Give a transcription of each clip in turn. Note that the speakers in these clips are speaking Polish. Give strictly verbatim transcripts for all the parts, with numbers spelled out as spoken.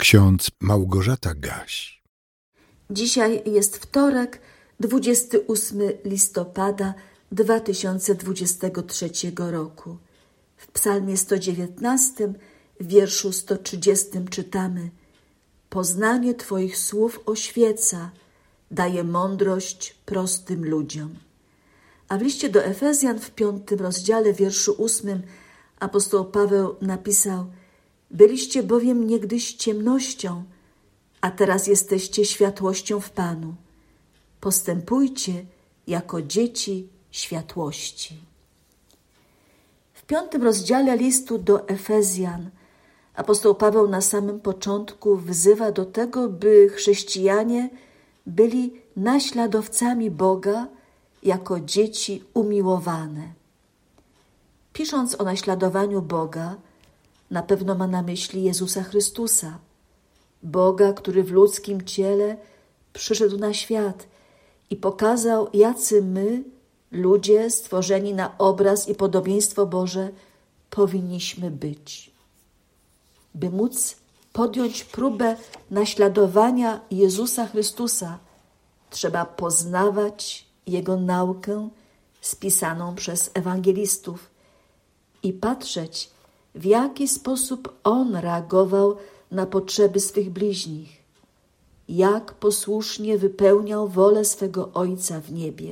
ksiądz Małgorzata Gaś. Dzisiaj jest wtorek, dwudziestego ósmego listopada dwa tysiące dwudziestego trzeciego roku. W psalmie sto dziewiętnastym, w wierszu sto trzydziestym czytamy: Poznanie Twoich słów oświeca, daje mądrość prostym ludziom. A w liście do Efezjan w piątym rozdziale, wierszu ósmym, apostoł Paweł napisał: Byliście bowiem niegdyś ciemnością, a teraz jesteście światłością w Panu. Postępujcie jako dzieci światłości. W piątym rozdziale listu do Efezjan apostoł Paweł na samym początku wzywa do tego, by chrześcijanie byli naśladowcami Boga jako dzieci umiłowane. Pisząc o naśladowaniu Boga, na pewno ma na myśli Jezusa Chrystusa, Boga, który w ludzkim ciele przyszedł na świat i pokazał, jacy my, ludzie stworzeni na obraz i podobieństwo Boże, powinniśmy być. By móc podjąć próbę naśladowania Jezusa Chrystusa, trzeba poznawać Jego naukę spisaną przez ewangelistów i patrzeć, w jaki sposób On reagował na potrzeby swych bliźnich, jak posłusznie wypełniał wolę swego Ojca w niebie.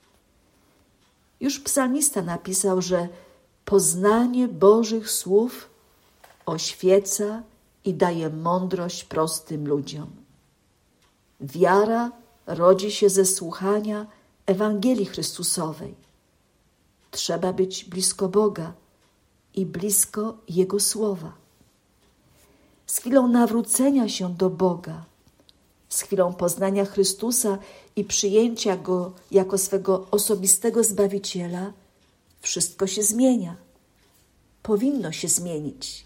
Już psalmista napisał, że poznanie Bożych słów oświeca i daje mądrość prostym ludziom. Wiara rodzi się ze słuchania Ewangelii Chrystusowej. Trzeba być blisko Boga i blisko Jego słowa. Z chwilą nawrócenia się do Boga, z chwilą poznania Chrystusa i przyjęcia Go jako swego osobistego Zbawiciela, wszystko się zmienia. Powinno się zmienić.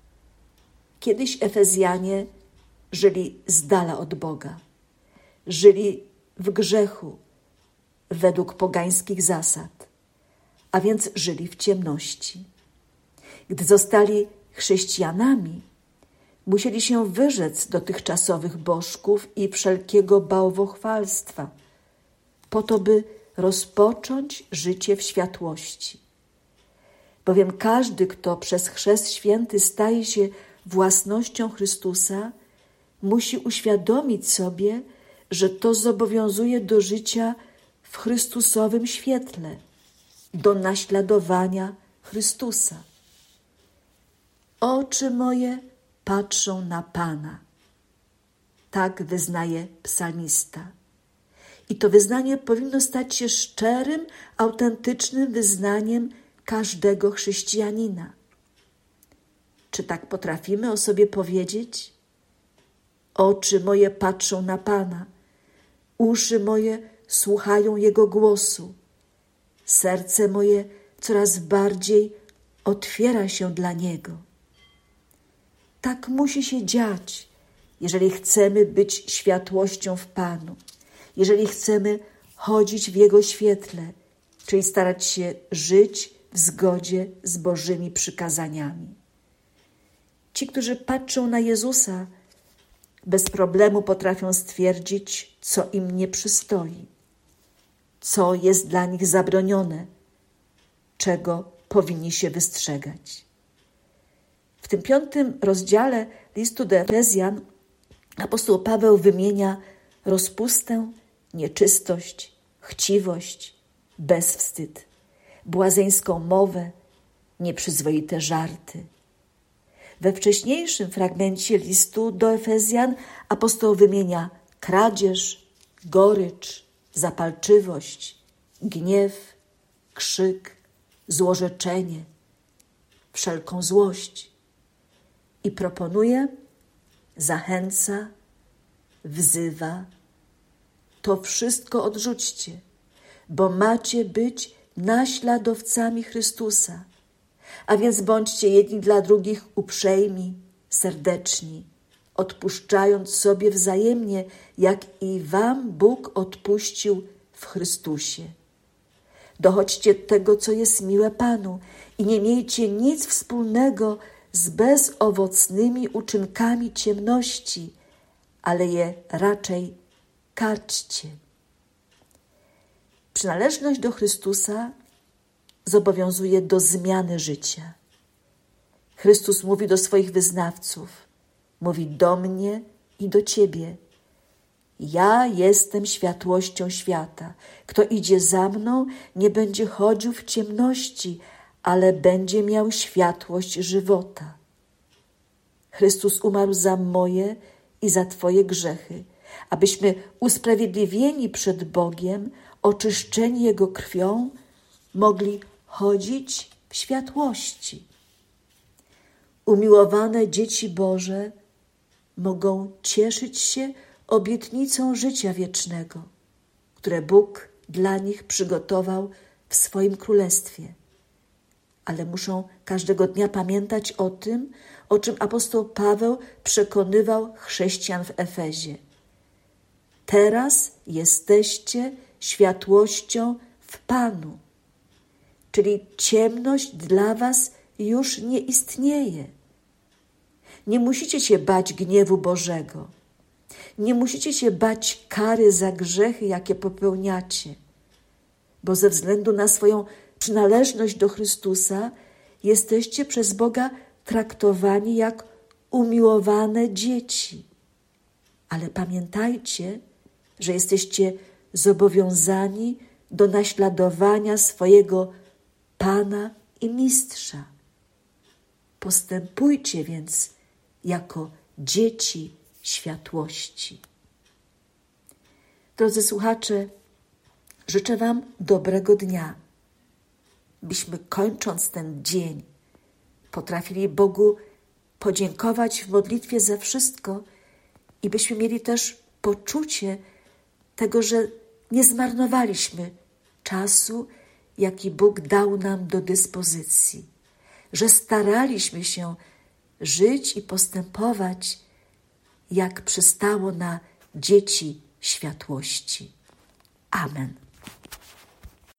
Kiedyś Efezjanie żyli z dala od Boga. Żyli w grzechu, według pogańskich zasad, a więc żyli w ciemności. Gdy zostali chrześcijanami, musieli się wyrzec dotychczasowych bożków i wszelkiego bałwochwalstwa, po to, by rozpocząć życie w światłości. Bowiem każdy, kto przez chrzest święty staje się własnością Chrystusa, musi uświadomić sobie, że to zobowiązuje do życia w Chrystusowym świetle, do naśladowania Chrystusa. Oczy moje patrzą na Pana. Tak wyznaje psalmista. I to wyznanie powinno stać się szczerym, autentycznym wyznaniem każdego chrześcijanina. Czy tak potrafimy o sobie powiedzieć? Oczy moje patrzą na Pana, uszy moje słuchają Jego głosu, serce moje coraz bardziej otwiera się dla Niego. Tak musi się dziać, jeżeli chcemy być światłością w Panu, jeżeli chcemy chodzić w Jego świetle, czyli starać się żyć w zgodzie z Bożymi przykazaniami. Ci, którzy patrzą na Jezusa, bez problemu potrafią stwierdzić, co im nie przystoi, co jest dla nich zabronione, czego powinni się wystrzegać. W tym piątym rozdziale listu do Efezjan apostoł Paweł wymienia rozpustę, nieczystość, chciwość, bezwstyd, błazeńską mowę, nieprzyzwoite żarty. We wcześniejszym fragmencie listu do Efezjan apostoł wymienia kradzież, gorycz, zapalczywość, gniew, krzyk, złorzeczenie, wszelką złość i proponuje, zachęca, wzywa: to wszystko odrzućcie, bo macie być naśladowcami Chrystusa, a więc bądźcie jedni dla drugich uprzejmi, serdeczni, odpuszczając sobie wzajemnie, jak i wam Bóg odpuścił w Chrystusie. Dochodźcie tego, co jest miłe Panu i nie miejcie nic wspólnego z bezowocnymi uczynkami ciemności, ale je raczej karćcie. Przynależność do Chrystusa zobowiązuje do zmiany życia. Chrystus mówi do swoich wyznawców, mówi do mnie i do ciebie. Ja jestem światłością świata. Kto idzie za mną, nie będzie chodził w ciemności, ale będzie miał światłość żywota. Chrystus umarł za moje i za twoje grzechy, abyśmy usprawiedliwieni przed Bogiem, oczyszczeni Jego krwią, mogli chodzić w światłości. Umiłowane dzieci Boże mogą cieszyć się obietnicą życia wiecznego, które Bóg dla nich przygotował w swoim królestwie. Ale muszą każdego dnia pamiętać o tym, o czym apostoł Paweł przekonywał chrześcijan w Efezie. Teraz jesteście światłością w Panu, czyli ciemność dla was już nie istnieje. Nie musicie się bać gniewu Bożego. Nie musicie się bać kary za grzechy, jakie popełniacie, bo ze względu na swoją przynależność do Chrystusa jesteście przez Boga traktowani jak umiłowane dzieci. Ale pamiętajcie, że jesteście zobowiązani do naśladowania swojego Pana i Mistrza. Postępujcie więc jako dzieci światłości. Drodzy słuchacze, życzę wam dobrego dnia, byśmy kończąc ten dzień potrafili Bogu podziękować w modlitwie za wszystko i byśmy mieli też poczucie tego, że nie zmarnowaliśmy czasu, jaki Bóg dał nam do dyspozycji, że staraliśmy się żyć i postępować, jak przystało na dzieci światłości. Amen.